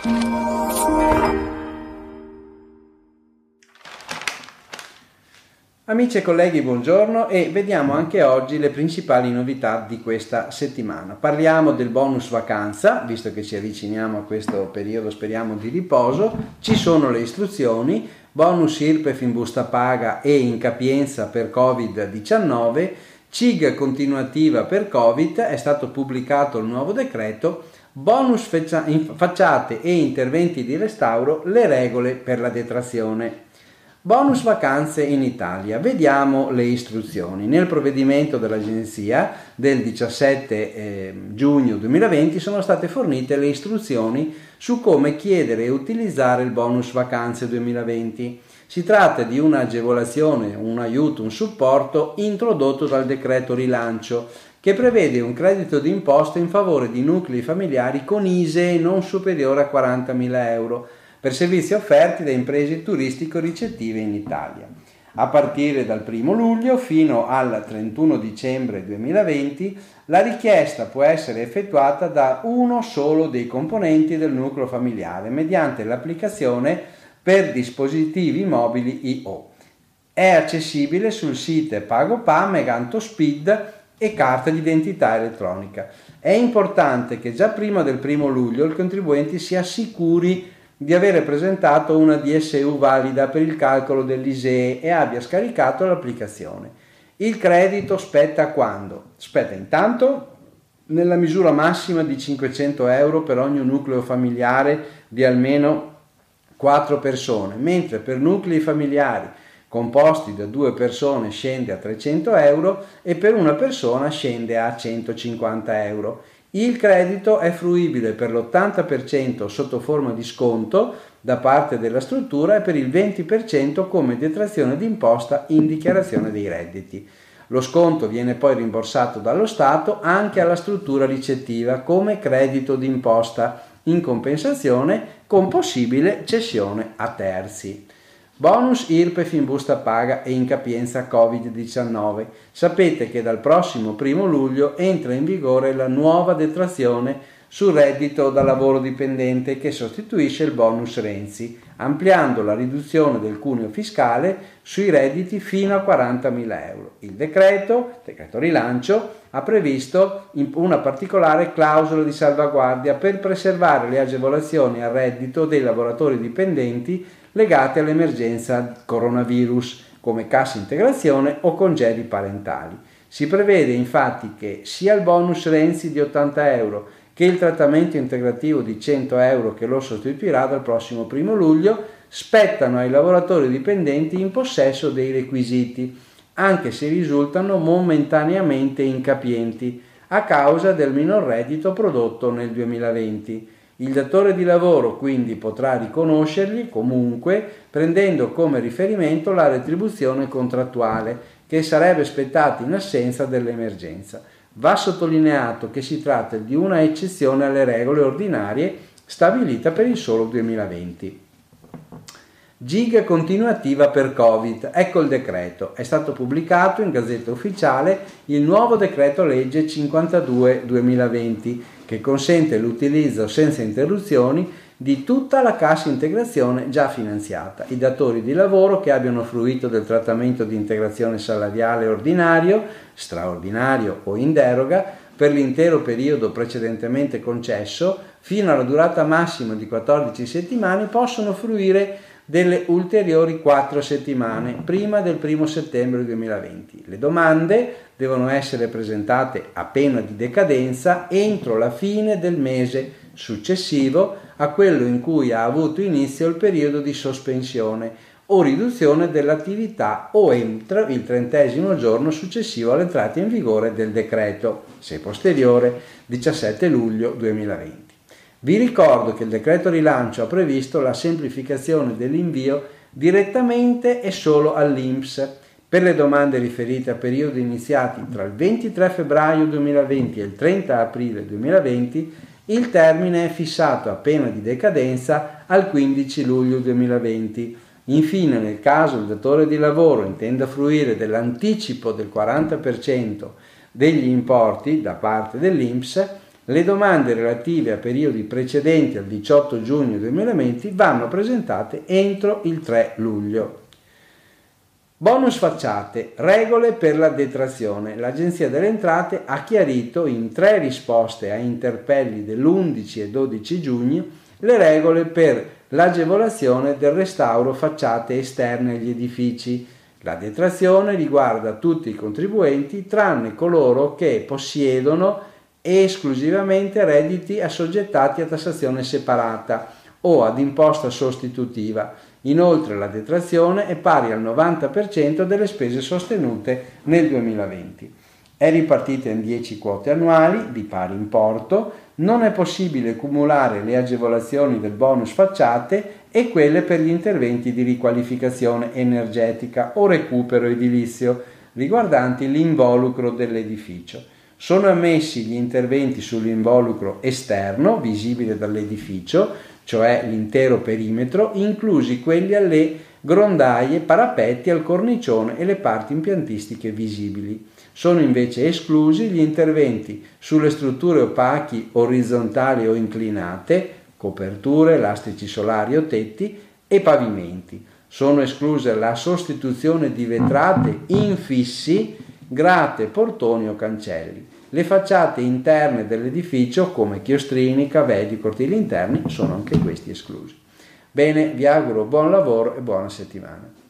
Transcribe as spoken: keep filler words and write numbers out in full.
Amici e colleghi, buongiorno, e vediamo anche oggi le principali novità di questa settimana. Parliamo del bonus vacanza, visto che ci avviciniamo a questo periodo, speriamo, di riposo. Ci sono le istruzioni, bonus I R P E F in busta paga e incapienza per covid diciannove, C I G continuativa per Covid, è stato pubblicato il nuovo decreto, bonus facciate e interventi di restauro, le regole per la detrazione. Bonus vacanze in Italia. Vediamo le istruzioni. Nel provvedimento dell'Agenzia del diciassette eh, giugno duemilaventi sono state fornite le istruzioni su come chiedere e utilizzare il bonus vacanze duemilaventi. Si tratta di un'agevolazione, un aiuto, un supporto introdotto dal decreto rilancio che prevede un credito d'imposta in favore di nuclei familiari con I S E E non superiore a quarantamila euro per servizi offerti da imprese turistico-ricettive in Italia. A partire dal primo luglio fino al trentuno dicembre duemilaventi la richiesta può essere effettuata da uno solo dei componenti del nucleo familiare mediante l'applicazione per dispositivi mobili I O. È accessibile sul sito PagoPA, Meganto-Speed e carta d'identità elettronica. È importante che già prima del primo luglio il contribuente si assicuri di avere presentato una D S U valida per il calcolo dell'I S E E e abbia scaricato l'applicazione. Il credito spetta quando? Spetta intanto nella misura massima di cinquecento euro per ogni nucleo familiare di almeno quattro persone, mentre per nuclei familiari composti da due persone scende a trecento euro e per una persona scende a centocinquanta euro. Il credito è fruibile per l'ottanta per cento sotto forma di sconto da parte della struttura e per il venti per cento come detrazione d'imposta in dichiarazione dei redditi. Lo sconto viene poi rimborsato dallo Stato anche alla struttura ricettiva come credito d'imposta in compensazione con possibile cessione a terzi. Bonus I R P E F in busta paga e incapienza covid diciannove. Sapete che dal prossimo primo luglio entra in vigore la nuova detrazione sul reddito da lavoro dipendente che sostituisce il bonus Renzi, ampliando la riduzione del cuneo fiscale sui redditi fino a quarantamila euro. Il decreto, decreto rilancio, ha previsto una particolare clausola di salvaguardia per preservare le agevolazioni al reddito dei lavoratori dipendenti legate all'emergenza coronavirus, come cassa integrazione o congedi parentali. Si prevede infatti che sia il bonus Renzi di ottanta euro che il trattamento integrativo di cento euro che lo sostituirà dal prossimo primo luglio spettano ai lavoratori dipendenti in possesso dei requisiti, anche se risultano momentaneamente incapienti a causa del minor reddito prodotto nel duemilaventi. Il datore di lavoro quindi potrà riconoscerli comunque prendendo come riferimento la retribuzione contrattuale che sarebbe spettata in assenza dell'emergenza. Va sottolineato che si tratta di una eccezione alle regole ordinarie stabilita per il solo duemilaventi. G I G continuativa per Covid. Ecco il decreto. È stato pubblicato in Gazzetta Ufficiale il nuovo decreto legge cinquantadue duemilaventi che consente l'utilizzo senza interruzioni di tutta la cassa integrazione già finanziata. I datori di lavoro che abbiano fruito del trattamento di integrazione salariale ordinario, straordinario o in deroga per l'intero periodo precedentemente concesso fino alla durata massima di quattordici settimane possono fruire delle ulteriori quattro settimane prima del primo settembre duemilaventi. Le domande devono essere presentate a pena di decadenza entro la fine del mese successivo a quello in cui ha avuto inizio il periodo di sospensione o riduzione dell'attività o entro il trentesimo giorno successivo all'entrata in vigore del decreto, se posteriore diciassette luglio duemilaventi. Vi ricordo che il decreto rilancio ha previsto la semplificazione dell'invio direttamente e solo all'I N P S per le domande riferite a periodi iniziati tra il ventitré febbraio duemilaventi e il trenta aprile duemilaventi. Il termine è fissato a pena di decadenza al quindici luglio duemilaventi. Infine, nel caso il datore di lavoro intenda fruire dell'anticipo del quaranta per cento degli importi da parte dell'I N P S, Le domande relative a periodi precedenti al diciotto giugno duemilaventi vanno presentate entro il tre luglio. Bonus facciate, regole per la detrazione. L'Agenzia delle Entrate ha chiarito in tre risposte a interpelli dell'undici e dodici giugno le regole per l'agevolazione del restauro facciate esterne agli edifici. La detrazione riguarda tutti i contribuenti tranne coloro che possiedono esclusivamente redditi assoggettati a tassazione separata o ad imposta sostitutiva. Inoltre la detrazione è pari al novanta per cento delle spese sostenute nel duemilaventi. È ripartita in dieci quote annuali di pari importo, non è possibile cumulare le agevolazioni del bonus facciate e quelle per gli interventi di riqualificazione energetica o recupero edilizio riguardanti l'involucro dell'edificio. Sono ammessi gli interventi sull'involucro esterno, visibile dall'edificio, cioè l'intero perimetro, inclusi quelli alle grondaie, parapetti, al cornicione e le parti impiantistiche visibili. Sono invece esclusi gli interventi sulle strutture opachi, orizzontali o inclinate, coperture, lastrici solari o tetti e pavimenti. Sono escluse la sostituzione di vetrate infissi, grate, portoni o cancelli. Le facciate interne dell'edificio, come chiostrini, cavedi, cortili interni, sono anche questi esclusi. Bene, vi auguro buon lavoro e buona settimana.